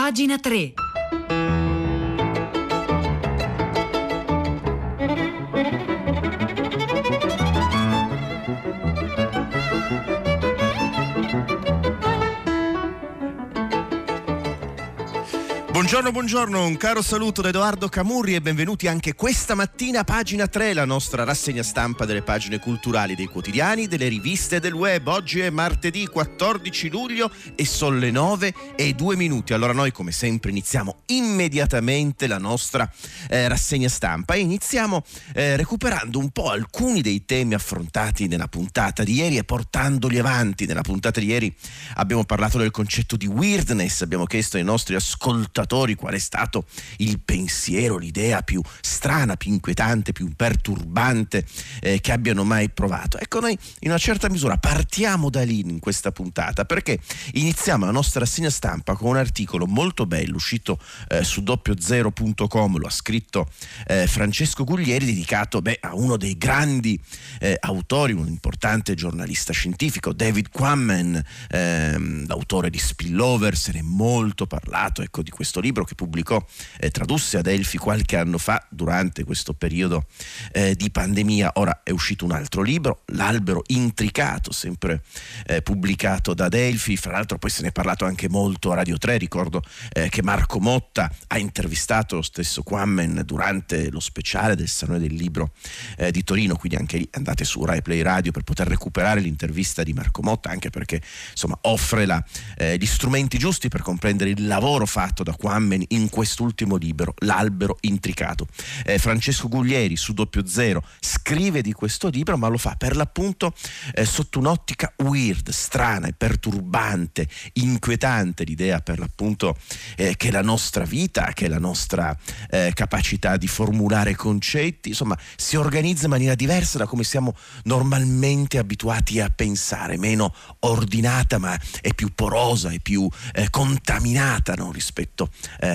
Pagina 3. Buongiorno, un caro saluto da Edoardo Camurri e benvenuti anche questa mattina a Pagina 3, la nostra rassegna stampa delle pagine culturali dei quotidiani, delle riviste e del web. Oggi è martedì 14 luglio e sono le 9:02. Allora noi come sempre iniziamo immediatamente la nostra rassegna stampa e iniziamo recuperando un po' alcuni dei temi affrontati nella puntata di ieri e portandoli avanti. Nella puntata di ieri abbiamo parlato del concetto di weirdness, abbiamo chiesto ai nostri ascoltatori qual è stato il pensiero, l'idea più strana, più inquietante, più perturbante che abbiano mai provato. Ecco, noi in una certa misura partiamo da lì in questa puntata, perché iniziamo la nostra rassegna stampa con un articolo molto bello uscito su doppiozero.com, lo ha scritto Francesco Guglieri, dedicato a uno dei grandi autori, un importante giornalista scientifico, David Quammen, l'autore di Spillover. Se ne è molto parlato, ecco, di questo libro che pubblicò, tradusse ad Adelphi qualche anno fa durante questo periodo di pandemia. Ora è uscito un altro libro, L'albero intricato, sempre pubblicato da Adelphi. Fra l'altro poi se ne è parlato anche molto a Radio 3. Ricordo che Marco Motta ha intervistato lo stesso Quammen durante lo speciale del Salone del Libro di Torino, quindi anche lì andate su Rai Play Radio per poter recuperare l'intervista di Marco Motta, anche perché insomma offre gli strumenti giusti per comprendere il lavoro fatto da Quammen in quest'ultimo libro, L'albero intricato. Francesco Guglieri su Doppio Zero scrive di questo libro, ma lo fa per l'appunto sotto un'ottica weird, strana e perturbante, inquietante. L'idea per l'appunto che la nostra vita, che la nostra capacità di formulare concetti, insomma, si organizza in maniera diversa da come siamo normalmente abituati a pensare, meno ordinata, ma è più porosa, è più contaminata, no? rispetto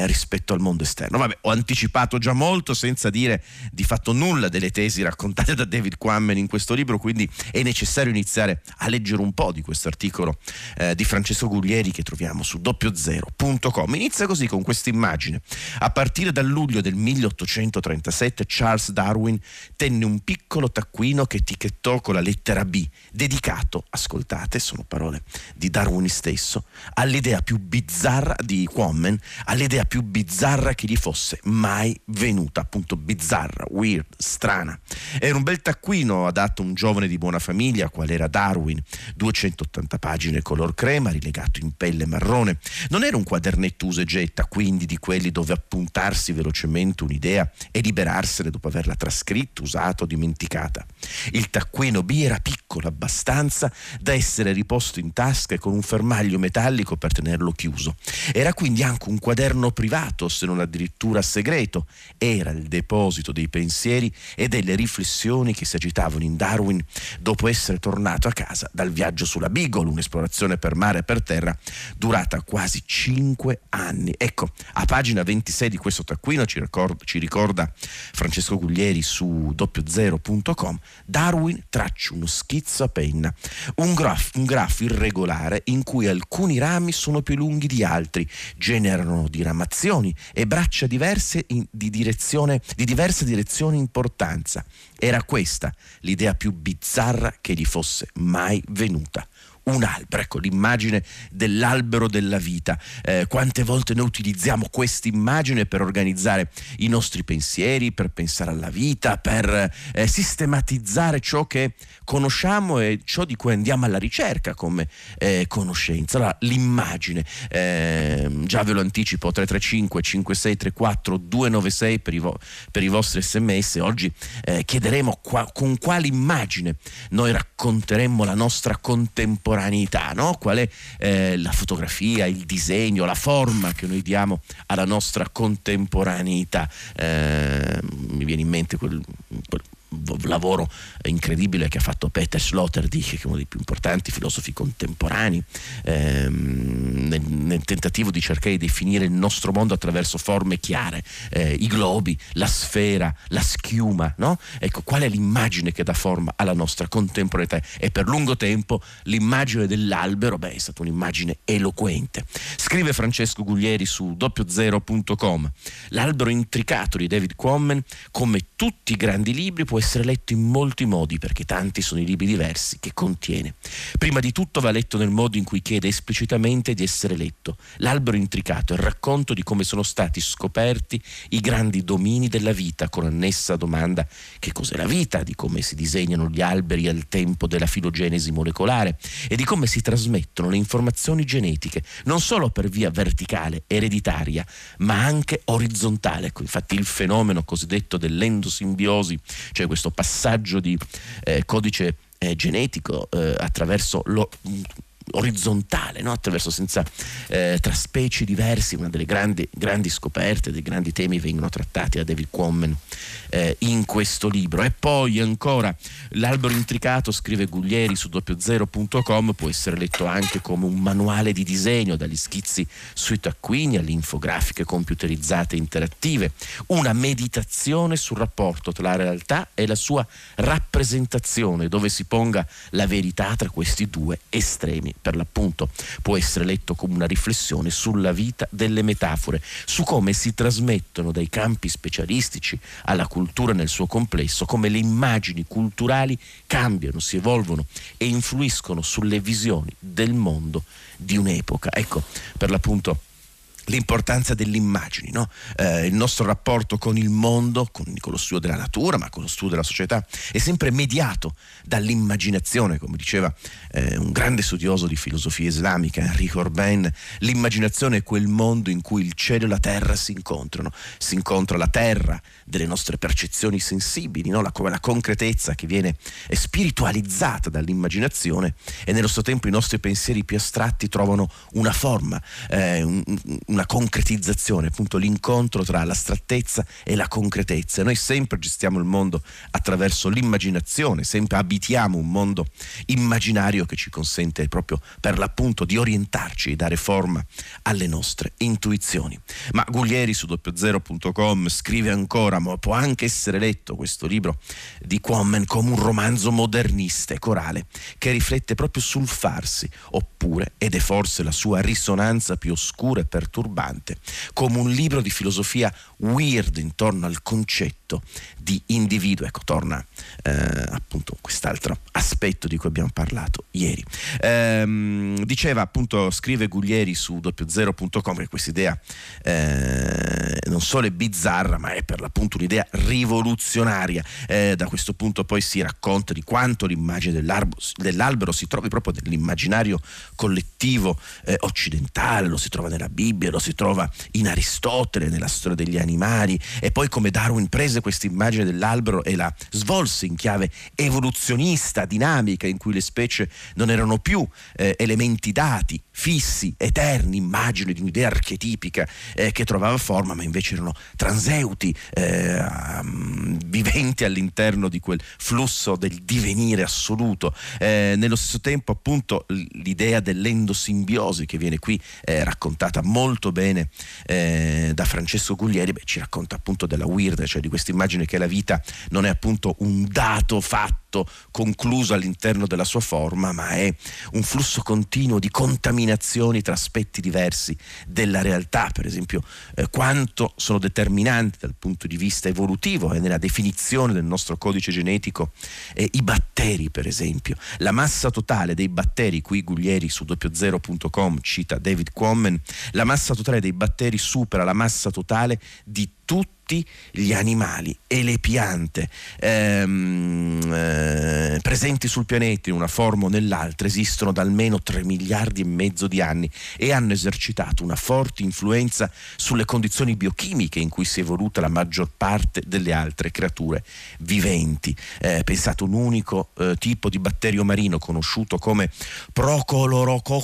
al mondo esterno. Vabbè, ho anticipato già molto senza dire di fatto nulla delle tesi raccontate da David Quammen in questo libro, quindi è necessario iniziare a leggere un po' di questo articolo di Francesco Guglieri che troviamo su doppiozero.com. Inizia così, con questa immagine. A partire dal luglio del 1837 Charles Darwin tenne un piccolo taccuino che etichettò con la lettera B, dedicato, ascoltate, sono parole di Darwin stesso, all'idea più bizzarra di Quammen, all'idea più bizzarra che gli fosse mai venuta, appunto bizzarra, weird, strana. Era un bel taccuino adatto a un giovane di buona famiglia qual era Darwin, 280 pagine color crema, rilegato in pelle marrone. Non era un quadernetto usa e getta, quindi di quelli dove appuntarsi velocemente un'idea e liberarsene dopo averla trascritta, usata o dimenticata. Il taccuino B era piccolo abbastanza da essere riposto in tasca e con un fermaglio metallico per tenerlo chiuso. Era quindi anche un quaderno privato, se non addirittura segreto. Era il deposito dei pensieri e delle riflessioni che si agitavano in Darwin dopo essere tornato a casa dal viaggio sulla Beagle, un'esplorazione per mare e per terra durata quasi 5 anni. Ecco, a pagina 26 di questo taccuino ci ricorda Francesco Guglieri su doppiozero.com, Darwin traccia uno schizzo a penna, un grafo irregolare in cui alcuni rami sono più lunghi di altri, generano diramazioni e braccia diverse di diversa direzione e importanza. Era questa l'idea più bizzarra che gli fosse mai venuta. Un albero, ecco l'immagine dell'albero della vita. Quante volte noi utilizziamo questa immagine per organizzare i nostri pensieri, per pensare alla vita, per sistematizzare ciò che conosciamo e ciò di cui andiamo alla ricerca come conoscenza. Allora, l'immagine, già ve lo anticipo, 335 5634 296 per i vostri sms. Oggi chiederemo con quale immagine noi racconteremmo la nostra contemporaneità, no? Qual è la fotografia, il disegno, la forma che noi diamo alla nostra contemporaneità. Mi viene in mente quel lavoro incredibile che ha fatto Peter Sloterdijk, che è uno dei più importanti filosofi contemporanei, nel tentativo di cercare di definire il nostro mondo attraverso forme chiare, i globi, la sfera, la schiuma, no? Ecco, qual è l'immagine che dà forma alla nostra contemporaneità? E per lungo tempo l'immagine dell'albero, è stata un'immagine eloquente. Scrive Francesco Guglieri su doppiozero.com: l'albero intricato di David Quammen, come tutti i grandi libri, può essere letto in molti modi, perché tanti sono i libri diversi che contiene. Prima di tutto va letto nel modo in cui chiede esplicitamente di essere letto. L'albero intricato è il racconto di come sono stati scoperti i grandi domini della vita, con annessa domanda: che cos'è la vita? Di come si disegnano gli alberi al tempo della filogenesi molecolare e di come si trasmettono le informazioni genetiche, non solo per via verticale, ereditaria, ma anche orizzontale. Ecco, infatti il fenomeno cosiddetto dell'endosimbiosi, cioè questo passaggio di codice genetico attraverso lo orizzontale, no? Attraverso senza tra specie diversi, una delle grandi scoperte, dei grandi temi vengono trattati da David Quammen in questo libro. E poi ancora l'albero intricato, scrive Guglieri su doppiozero.com, può essere letto anche come un manuale di disegno, dagli schizzi sui taccuini alle infografiche computerizzate interattive, una meditazione sul rapporto tra la realtà e la sua rappresentazione, dove si ponga la verità tra questi due estremi. Per l'appunto può essere letto come una riflessione sulla vita delle metafore, su come si trasmettono dai campi specialistici alla cultura nel suo complesso, come le immagini culturali cambiano, si evolvono e influiscono sulle visioni del mondo di un'epoca. Ecco, per l'appunto, l'importanza delle immagini, no? Il nostro rapporto con il mondo, con lo studio della natura, ma con lo studio della società, è sempre mediato dall'immaginazione, come diceva un grande studioso di filosofia islamica, Enrico Orben. L'immaginazione è quel mondo in cui il cielo e la terra si incontrano. Si incontra la terra delle nostre percezioni sensibili, no? La concretezza che viene spiritualizzata dall'immaginazione, e nello stesso tempo i nostri pensieri più astratti trovano una forma, una concretizzazione, appunto l'incontro tra l'astrattezza e la concretezza. Noi sempre gestiamo il mondo attraverso l'immaginazione, sempre abitiamo un mondo immaginario che ci consente proprio per l'appunto di orientarci e dare forma alle nostre intuizioni. Ma Guglieri su doppiozero.com scrive ancora: ma può anche essere letto questo libro di Quammen come un romanzo modernista e corale che riflette proprio sul farsi, oppure, ed è forse la sua risonanza più oscura e perturbante, come un libro di filosofia weird intorno al concetto di individuo. Ecco, torna appunto quest'altro aspetto di cui abbiamo parlato ieri. Diceva appunto, scrive Guglieri su doppiozero.com, che questa idea non solo è bizzarra, ma è per l'appunto un'idea rivoluzionaria. Da questo punto poi si racconta di quanto l'immagine dell'albero si trovi proprio nell'immaginario collettivo occidentale, lo si trova nella Bibbia, lo si trova in Aristotele, nella storia degli animali, e poi come Darwin prese questa immagine dell'albero e la svolse in chiave evoluzionista, dinamica, in cui le specie non erano più elementi dati, fissi, eterni, immagini di un'idea archetipica che trovava forma, ma invece erano transeuti, viventi all'interno di quel flusso del divenire assoluto. Nello stesso tempo appunto l'idea dell'endosimbiosi, che viene qui raccontata molto bene da Francesco Guglieri, ci racconta appunto della weird, cioè di questa immagine che la vita non è appunto un dato fatto concluso all'interno della sua forma, ma è un flusso continuo di contaminazioni tra aspetti diversi della realtà. Per esempio quanto sono determinanti dal punto di vista evolutivo e nella definizione del nostro codice genetico i batteri, per esempio. La massa totale dei batteri, qui Guglieri su doppiozero.com cita David Quammen, la massa totale dei batteri supera la massa totale di tutti gli animali e le piante presenti sul pianeta in una forma o nell'altra esistono da almeno 3 miliardi e mezzo di anni e hanno esercitato una forte influenza sulle condizioni biochimiche in cui si è evoluta la maggior parte delle altre creature viventi. Pensate, un unico tipo di batterio marino conosciuto come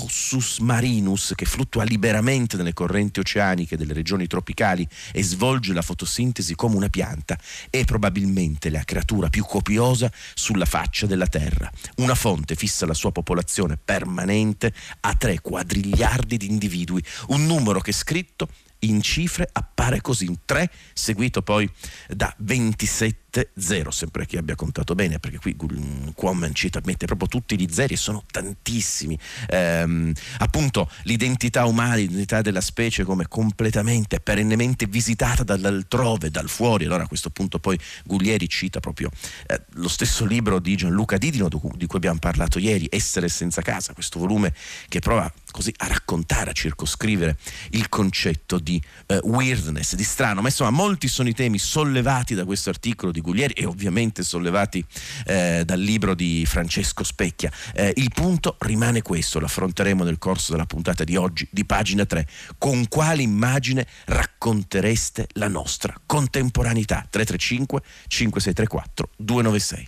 Prochlorococcus marinus, che fluttua liberamente nelle correnti oceaniche delle regioni tropicali e svolge la fotosintesi come una pianta, è probabilmente la creatura più copiosa sulla faccia della Terra. Una fonte fissa la sua popolazione permanente a 3 quadrigliardi di individui, un numero che scritto in cifre appare così, un 3 seguito poi da 27 0, sempre che abbia contato bene, perché qui Quammen mette proprio tutti gli zeri e sono tantissimi. Appunto l'identità umana, l'identità della specie come completamente, perennemente visitata dall'altrove, dal fuori. Allora a questo punto poi Guglieri cita proprio lo stesso libro di Gianluca Didino di cui abbiamo parlato ieri, Essere senza casa, questo volume che prova così a raccontare, a circoscrivere il concetto di weirdness, di strano, ma insomma molti sono i temi sollevati da questo articolo di Guglieri e ovviamente sollevati dal libro di Francesco Specchia. Il punto rimane questo, lo affronteremo nel corso della puntata di oggi di Pagina 3. Con quale immagine raccontereste la nostra contemporaneità? 335 5634 296.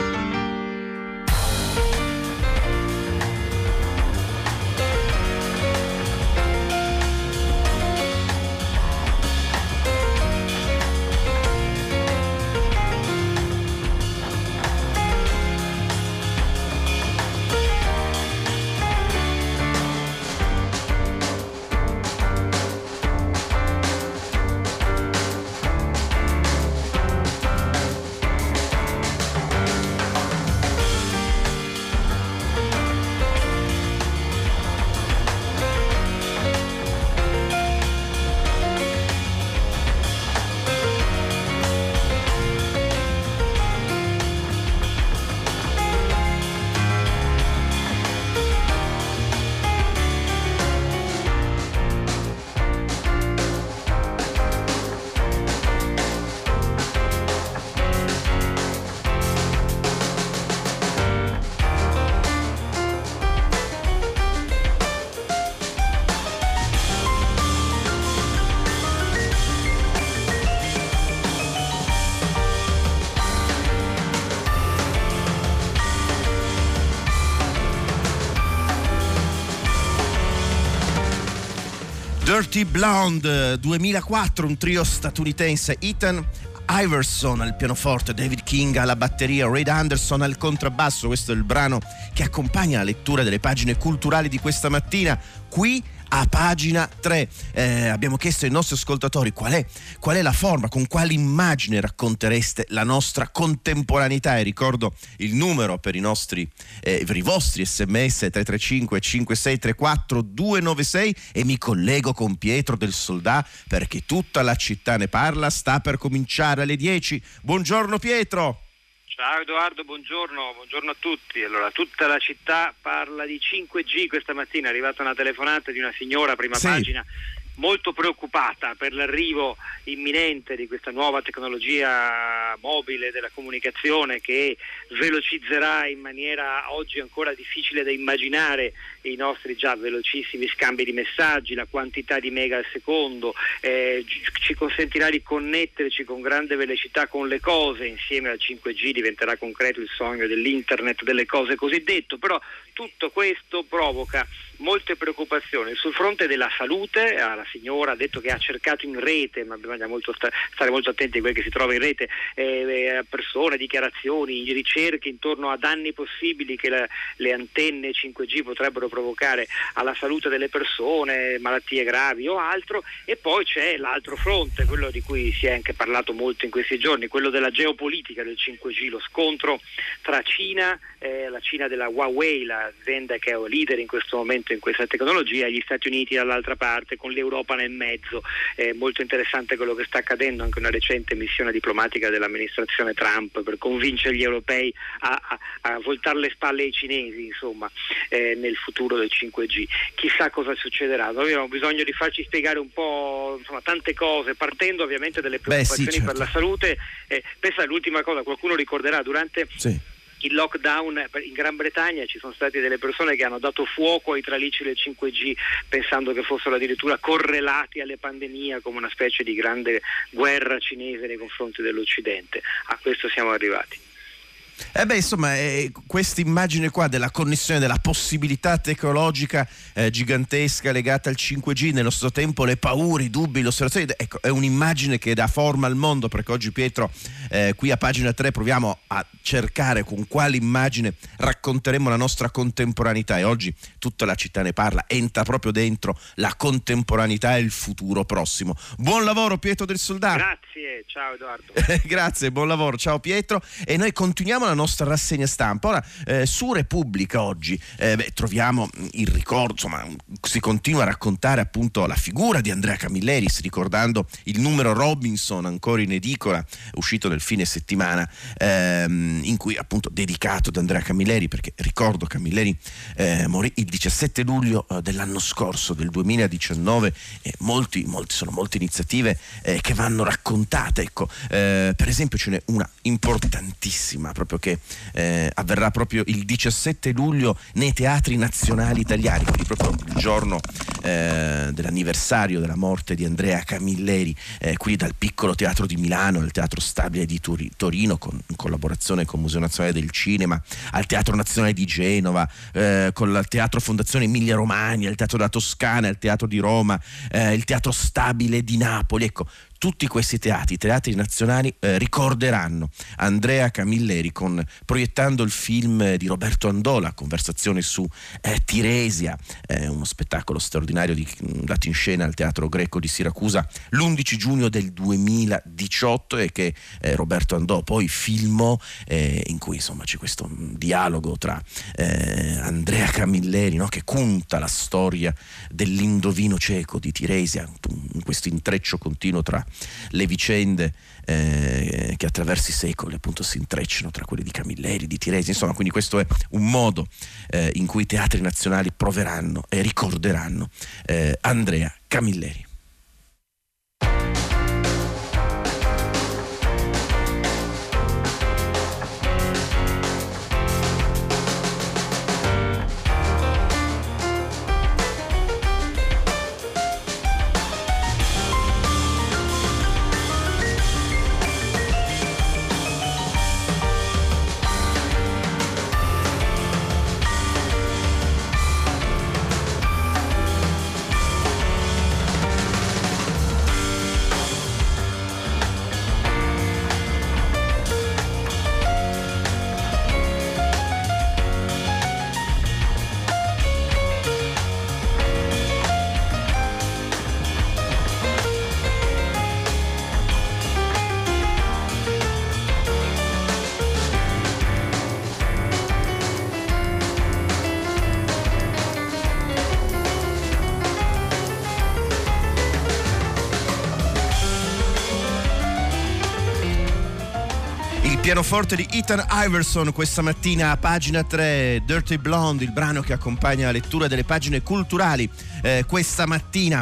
Dirty Blonde 2004, un trio statunitense, Ethan Iverson al pianoforte, David King alla batteria, Ray Anderson al contrabbasso. Questo è il brano che accompagna la lettura delle pagine culturali di questa mattina qui a Pagina 3. Abbiamo chiesto ai nostri ascoltatori qual è la forma, con quale immagine raccontereste la nostra contemporaneità, e ricordo il numero per i vostri sms 335 5634 296 e mi collego con Pietro del Soldà perché tutta la città ne parla, sta per cominciare alle 10. Buongiorno Pietro. Ciao Edoardo, buongiorno a tutti. Allora, tutta la città parla di 5G questa mattina, è arrivata una telefonata di una signora, prima pagina, molto preoccupata per l'arrivo imminente di questa nuova tecnologia mobile della comunicazione che velocizzerà in maniera oggi ancora difficile da immaginare i nostri già velocissimi scambi di messaggi, la quantità di mega al secondo, ci consentirà di connetterci con grande velocità con le cose. Insieme al 5G diventerà concreto il sogno dell'internet delle cose cosiddetto, però tutto questo provoca molte preoccupazioni sul fronte della salute. La signora ha detto che ha cercato in rete, ma bisogna stare molto attenti a quel che si trova in rete, persone, dichiarazioni, ricerche intorno a danni possibili che le antenne 5G potrebbero provocare alla salute delle persone, malattie gravi o altro. E poi c'è l'altro fronte, quello di cui si è anche parlato molto in questi giorni, quello della geopolitica del 5G, lo scontro tra Cina, la Cina della Huawei, l'azienda che è leader in questo momento in questa tecnologia, e gli Stati Uniti dall'altra parte con l'Europa nel mezzo. Molto interessante quello che sta accadendo, anche una recente missione diplomatica dell'amministrazione Trump per convincere gli europei a voltare le spalle ai cinesi, insomma, nel futuro del 5G. Chissà cosa succederà. Noi abbiamo bisogno di farci spiegare un po', insomma, tante cose, partendo ovviamente dalle preoccupazioni per la salute. Pensa all'ultima cosa, qualcuno ricorderà durante il lockdown in Gran Bretagna ci sono state delle persone che hanno dato fuoco ai tralicci del 5G pensando che fossero addirittura correlati alle pandemie, come una specie di grande guerra cinese nei confronti dell'Occidente. A questo siamo arrivati. Insomma, questa immagine qua della connessione, della possibilità tecnologica gigantesca legata al 5G, nel nostro tempo le paure, i dubbi, le osservazioni, ecco, è un'immagine che dà forma al mondo, perché oggi, Pietro, qui a pagina 3 proviamo a cercare con quale immagine racconteremo la nostra contemporaneità, e oggi tutta la città ne parla, entra proprio dentro la contemporaneità e il futuro prossimo. Buon lavoro, Pietro del Soldà. Grazie, ciao Edoardo. Grazie, buon lavoro, ciao Pietro. E noi continuiamo la nostra rassegna stampa. Ora, su Repubblica oggi troviamo il ricordo, insomma, si continua a raccontare appunto la figura di Andrea Camilleris, ricordando il numero Robinson, ancora in edicola, uscito nel fine settimana, in cui appunto dedicato ad Andrea Camilleri, perché ricordo Camilleri morì il 17 luglio dell'anno scorso, del 2019, e sono molte iniziative che vanno raccontate, ecco. Per esempio ce n'è una importantissima proprio che avverrà proprio il 17 luglio nei teatri nazionali italiani, quindi proprio il giorno dell'anniversario della morte di Andrea Camilleri, qui dal piccolo teatro di Milano al Teatro Stabile di Torino, in collaborazione con il Museo Nazionale del Cinema, al Teatro Nazionale di Genova, con il Teatro Fondazione Emilia Romagna, il Teatro della Toscana, il Teatro di Roma, il Teatro Stabile di Napoli. Ecco, tutti questi teatri nazionali ricorderanno Andrea Camilleri proiettando il film di Roberto Andola, Conversazione su Tiresia, uno spettacolo straordinario dato in scena al Teatro Greco di Siracusa l'11 giugno del 2018, e che Roberto Andò poi filmò, in cui insomma c'è questo dialogo tra Andrea Camilleri, no, che conta la storia dell'indovino cieco di Tiresia, in questo intreccio continuo tra le vicende che attraverso i secoli appunto si intrecciano tra quelle di Camilleri, di Tiresia, insomma, quindi questo è un modo in cui i teatri nazionali proveranno e ricorderanno Andrea Camilleri. Pianoforte di Ethan Iverson questa mattina a pagina 3, Dirty Blonde, il brano che accompagna la lettura delle pagine culturali questa mattina.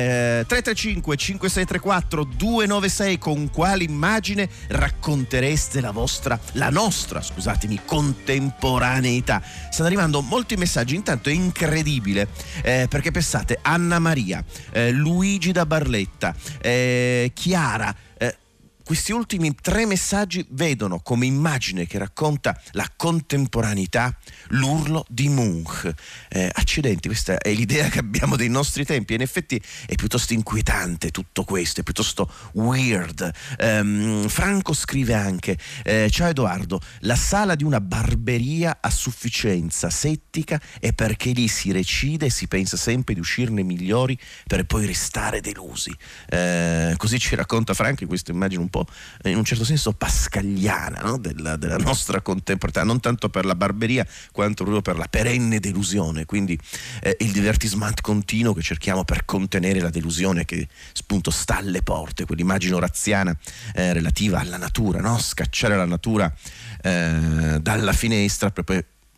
335 5634 296, con quale immagine raccontereste la nostra contemporaneità? Stanno arrivando molti messaggi, intanto è incredibile, perché pensate, Anna Maria, Luigi da Barletta, Chiara, questi ultimi 3 messaggi vedono come immagine che racconta la contemporaneità l'urlo di Munch. Accidenti, questa è l'idea che abbiamo dei nostri tempi, e in effetti è piuttosto inquietante tutto questo, è piuttosto weird. Franco scrive anche, ciao Edoardo, la sala di una barberia a sufficienza settica è perché lì si recide e si pensa sempre di uscirne migliori per poi restare delusi. Così ci racconta Franco, in questa immagine un po' in un certo senso pascagliana, no? della nostra contemporaneità, non tanto per la barberia quanto proprio per la perenne delusione, quindi il divertissement continuo che cerchiamo per contenere la delusione che appunto sta alle porte, quell'immagine oraziana relativa alla natura, no? Scacciare la natura dalla finestra per poi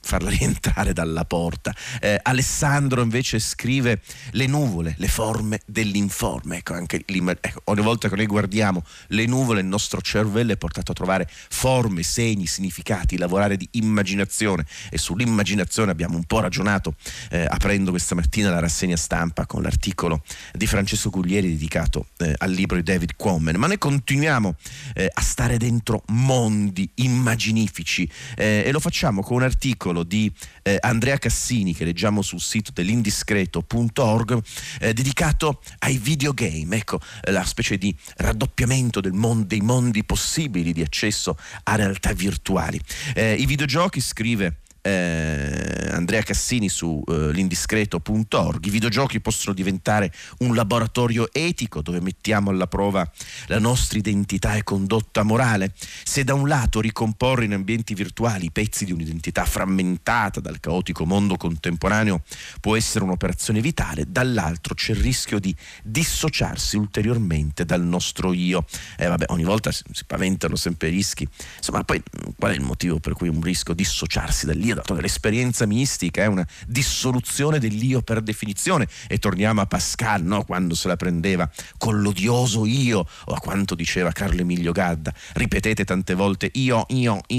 farla rientrare dalla porta. Alessandro invece scrive: le nuvole, le forme dell'informe. Ecco, anche ogni volta che noi guardiamo le nuvole il nostro cervello è portato a trovare forme, segni, significati, lavorare di immaginazione, e sull'immaginazione abbiamo un po' ragionato aprendo questa mattina la rassegna stampa con l'articolo di Francesco Guglieri dedicato al libro di David Quammen. Ma noi continuiamo a stare dentro mondi immaginifici e lo facciamo con un articolo di Andrea Cassini che leggiamo sul sito dell'indiscreto.org dedicato ai videogame. Ecco, la specie di raddoppiamento dei mondi possibili di accesso a realtà virtuali. I videogiochi, scrive Andrea Cassini su l'indiscreto.org, i videogiochi possono diventare un laboratorio etico dove mettiamo alla prova la nostra identità e condotta morale. Se da un lato ricomporre in ambienti virtuali i pezzi di un'identità frammentata dal caotico mondo contemporaneo può essere un'operazione vitale, dall'altro c'è il rischio di dissociarsi ulteriormente dal nostro io. Ogni volta si paventano sempre rischi, insomma, poi qual è il motivo per cui un rischio dissociarsi dall'io? Dato che l'esperienza mistica è una dissoluzione dell'io per definizione, e torniamo a Pascal, no? Quando se la prendeva con l'odioso io, o a quanto diceva Carlo Emilio Gadda: ripetete tante volte io.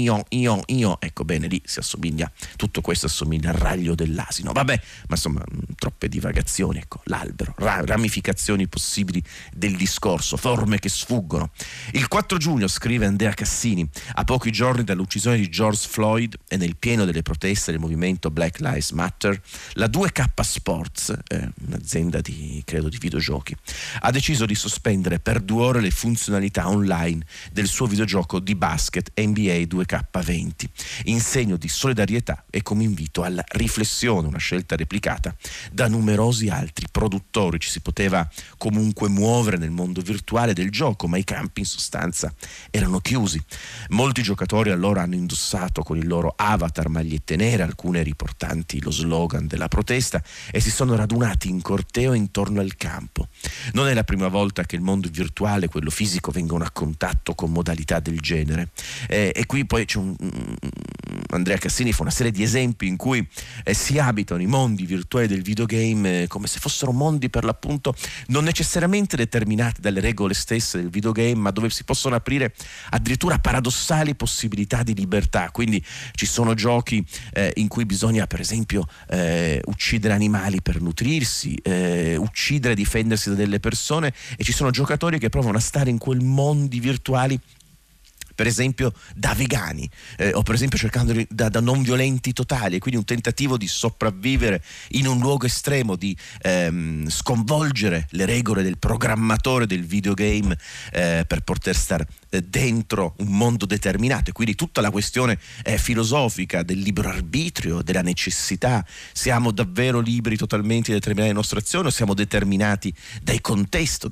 Ecco, bene, lì tutto questo assomiglia al raglio dell'asino. Ma insomma, troppe divagazioni. Ecco, l'albero, ramificazioni possibili del discorso, forme che sfuggono. Il 4 giugno, scrive Andrea Cassini, a pochi giorni dall'uccisione di George Floyd e nel pieno delle proteste del movimento Black Lives Matter, la 2K Sports, un'azienda di videogiochi, ha deciso di sospendere per 2 ore le funzionalità online del suo videogioco di basket NBA 2K20, in segno di solidarietà e come invito alla riflessione, una scelta replicata da numerosi altri produttori. Ci si poteva comunque muovere nel mondo virtuale del gioco, ma i campi in sostanza erano chiusi. Molti giocatori allora hanno indossato con il loro avatar magliette nere, alcune riportanti lo slogan della protesta, e si sono radunati in corteo intorno al campo. Non è la prima volta che il mondo virtuale e quello fisico vengono a contatto con modalità del genere, e qui poi c'è Andrea Cassini fa una serie di esempi in cui si abitano i mondi virtuali del videogame come se fossero mondi per l'appunto non necessariamente determinati dalle regole stesse del videogame, ma dove si possono aprire addirittura paradossali possibilità di libertà. Quindi ci sono giochi in cui bisogna, per esempio, uccidere animali per nutrirsi, uccidere e difendersi da delle persone, e ci sono giocatori che provano a stare in quel mondi virtuali, per esempio da vegani, o per esempio cercando da non violenti totali, e quindi un tentativo di sopravvivere in un luogo estremo, di sconvolgere le regole del programmatore del videogame per poter stare dentro un mondo determinato. E quindi tutta la questione filosofica del libero arbitrio, della necessità: siamo davvero liberi totalmente di determinare le nostre azioni, o siamo determinati dal contesto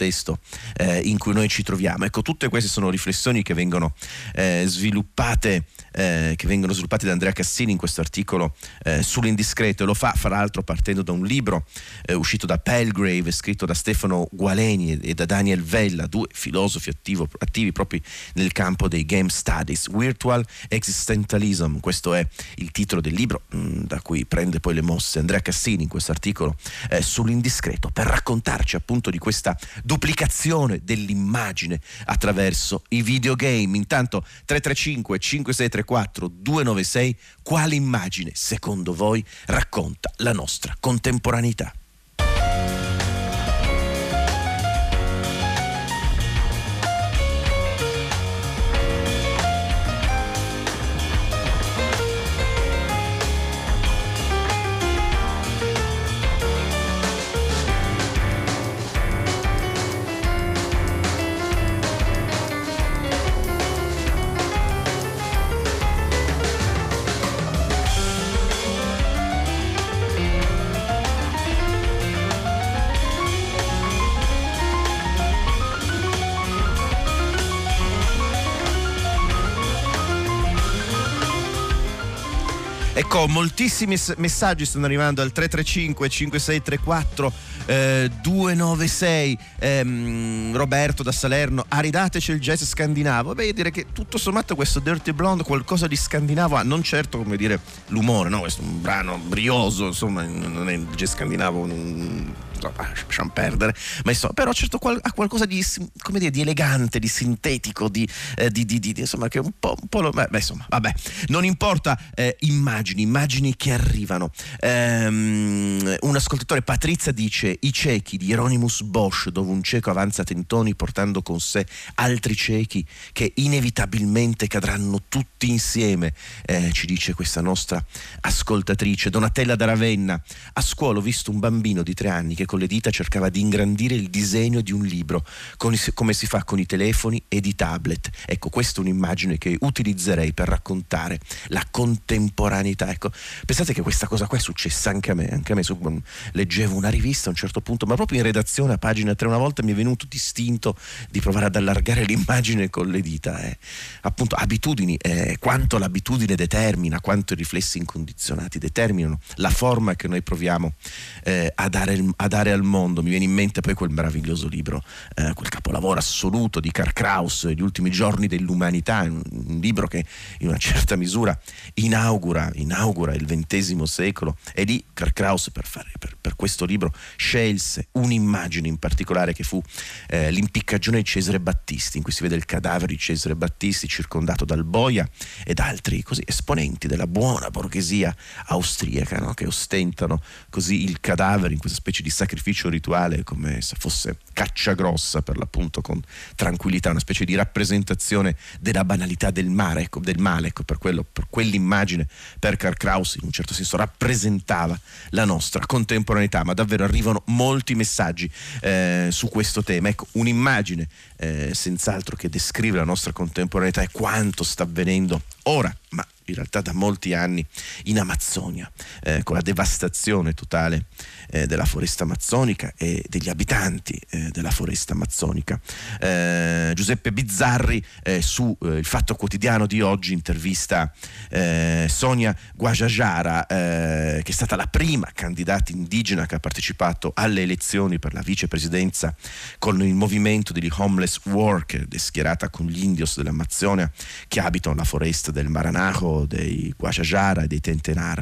in cui noi ci troviamo? Ecco, tutte queste sono riflessioni che vengono sviluppate da Andrea Cassini in questo articolo sull'Indiscreto, e lo fa fra l'altro partendo da un libro uscito da Palgrave, scritto da Stefano Gualeni e da Daniel Vella, 2 filosofi attivi proprio nel campo dei game studies. Virtual Existentialism, questo è il titolo del libro da cui prende poi le mosse Andrea Cassini in questo articolo sull'Indiscreto, per raccontarci appunto di questa duplicazione dell'immagine attraverso i videogame. Intanto 335 5634 296, quale immagine secondo voi racconta la nostra contemporaneità? Ecco, moltissimi messaggi stanno arrivando al 335 5634 296 Roberto da Salerno, ridateci il jazz scandinavo. Beh, io direi che tutto sommato questo Dirty Blonde qualcosa di scandinavo ha, non certo come dire l'umore, no? Questo è un brano brioso, insomma, non è il jazz scandinavo, lasciamo perdere, ma insomma, però certo ha qualcosa di, come dire, di elegante, di sintetico, di insomma, che un po' lo, beh, insomma, vabbè, non importa. Immagini che arrivano. Un ascoltatore, Patrizia, dice: i ciechi di Hieronymus Bosch, dove un cieco avanza tentoni portando con sé altri ciechi che inevitabilmente cadranno tutti insieme, ci dice questa nostra ascoltatrice. Donatella da Ravenna: a scuola ho visto un bambino di 3 anni che con le dita cercava di ingrandire il disegno di un libro, come si fa con i telefoni ed i tablet. Ecco, questa è un'immagine che utilizzerei per raccontare la contemporaneità. Ecco, pensate che questa cosa qua è successa anche a me. Leggevo una rivista a un certo punto, ma proprio in redazione a pagina 3 una volta mi è venuto distinto di provare ad allargare l'immagine con le dita. Appunto, abitudini, quanto l'abitudine determina, quanto i riflessi incondizionati determinano la forma che noi proviamo a dare al mondo. Mi viene in mente poi quel meraviglioso libro, quel capolavoro assoluto di Karl Kraus, Gli ultimi giorni dell'umanità, un libro che in una certa misura inaugura il XX secolo. E lì Karl Kraus per questo libro scelse un'immagine in particolare che fu l'impiccagione di Cesare Battisti, in cui si vede il cadavere di Cesare Battisti circondato dal boia e da altri così esponenti della buona borghesia austriaca, no? Che ostentano così il cadavere in questa specie di sacrificio rituale, come se fosse caccia grossa, per l'appunto, con tranquillità, una specie di rappresentazione della banalità del male. Ecco, per quell'immagine, per Karl Kraus in un certo senso rappresentava la nostra contemporaneità. Ma davvero arrivano molti messaggi su questo tema. Ecco, un'immagine senz'altro che descrive la nostra contemporaneità e quanto sta avvenendo ora, ma in realtà da molti anni, in Amazzonia, con la devastazione totale della foresta amazzonica e degli abitanti della foresta amazzonica. Giuseppe Bizzarri su Il Fatto Quotidiano di oggi intervista Sonia Guajajara, che è stata la prima candidata indigena che ha partecipato alle elezioni per la vicepresidenza con il movimento degli homeless worker, schierata con gli indios dell'Amazzonia che abitano la foresta del Maranajo, dei Guajajara e dei Tentenar.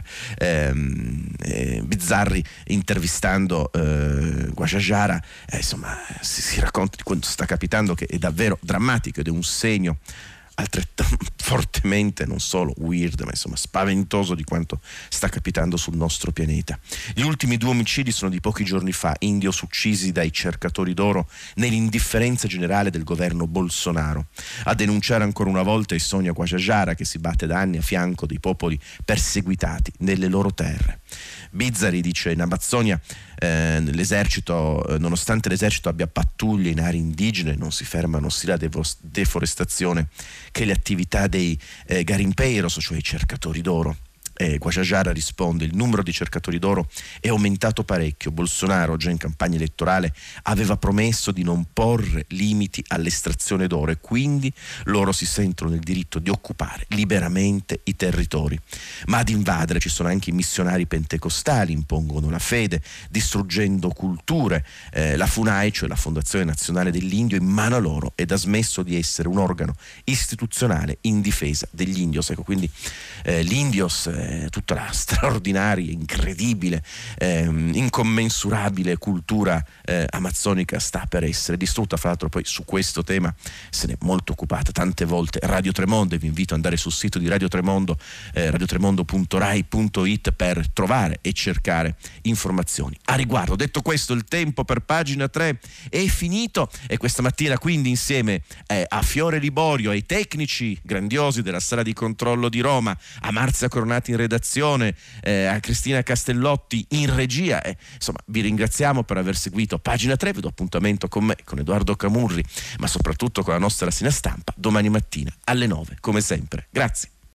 Bizzarri, intervistando Guajajara, insomma, si racconta di quanto sta capitando, che è davvero drammatico ed è un segno altrettanto fortemente non solo weird, ma insomma spaventoso di quanto sta capitando sul nostro pianeta. Gli ultimi 2 omicidi sono di pochi giorni fa, indios uccisi dai cercatori d'oro nell'indifferenza generale del governo Bolsonaro. A denunciare ancora una volta è Sonia Guajajara, che si batte da anni a fianco dei popoli perseguitati nelle loro terre. Bizzari dice: in Amazzonia l'esercito, nonostante l'esercito abbia pattuglie in aree indigene, non si fermano sia la deforestazione che le attività dei garimpeiros, cioè i cercatori d'oro. Guajajara risponde: il numero di cercatori d'oro è aumentato parecchio. Bolsonaro, già in campagna elettorale, aveva promesso di non porre limiti all'estrazione d'oro e quindi loro si sentono nel diritto di occupare liberamente i territori. Ma ad invadere ci sono anche i missionari pentecostali, impongono la fede, distruggendo culture. La FUNAI, cioè la Fondazione Nazionale dell'Indio, in mano a loro ed ha smesso di essere un organo istituzionale in difesa degli indios. Ecco, quindi l'Indios, tutta la straordinaria, incredibile, incommensurabile cultura amazzonica sta per essere distrutta. Fra l'altro poi su questo tema se ne è molto occupata tante volte Radio Tremondo, e vi invito ad andare sul sito di Radio Tremondo, radiotremondo.rai.it, per trovare e cercare informazioni a riguardo. Detto questo, il tempo per Pagina 3 è finito, e questa mattina quindi insieme a Fiore Liborio, ai tecnici grandiosi della Sala di Controllo di Roma, a Marzia Coronati in redazione, a Cristina Castellotti in regia, insomma vi ringraziamo per aver seguito Pagina 3. Vi do appuntamento con me, con Edoardo Camurri, ma soprattutto con la nostra rassegna stampa domani mattina alle 9 come sempre. Grazie.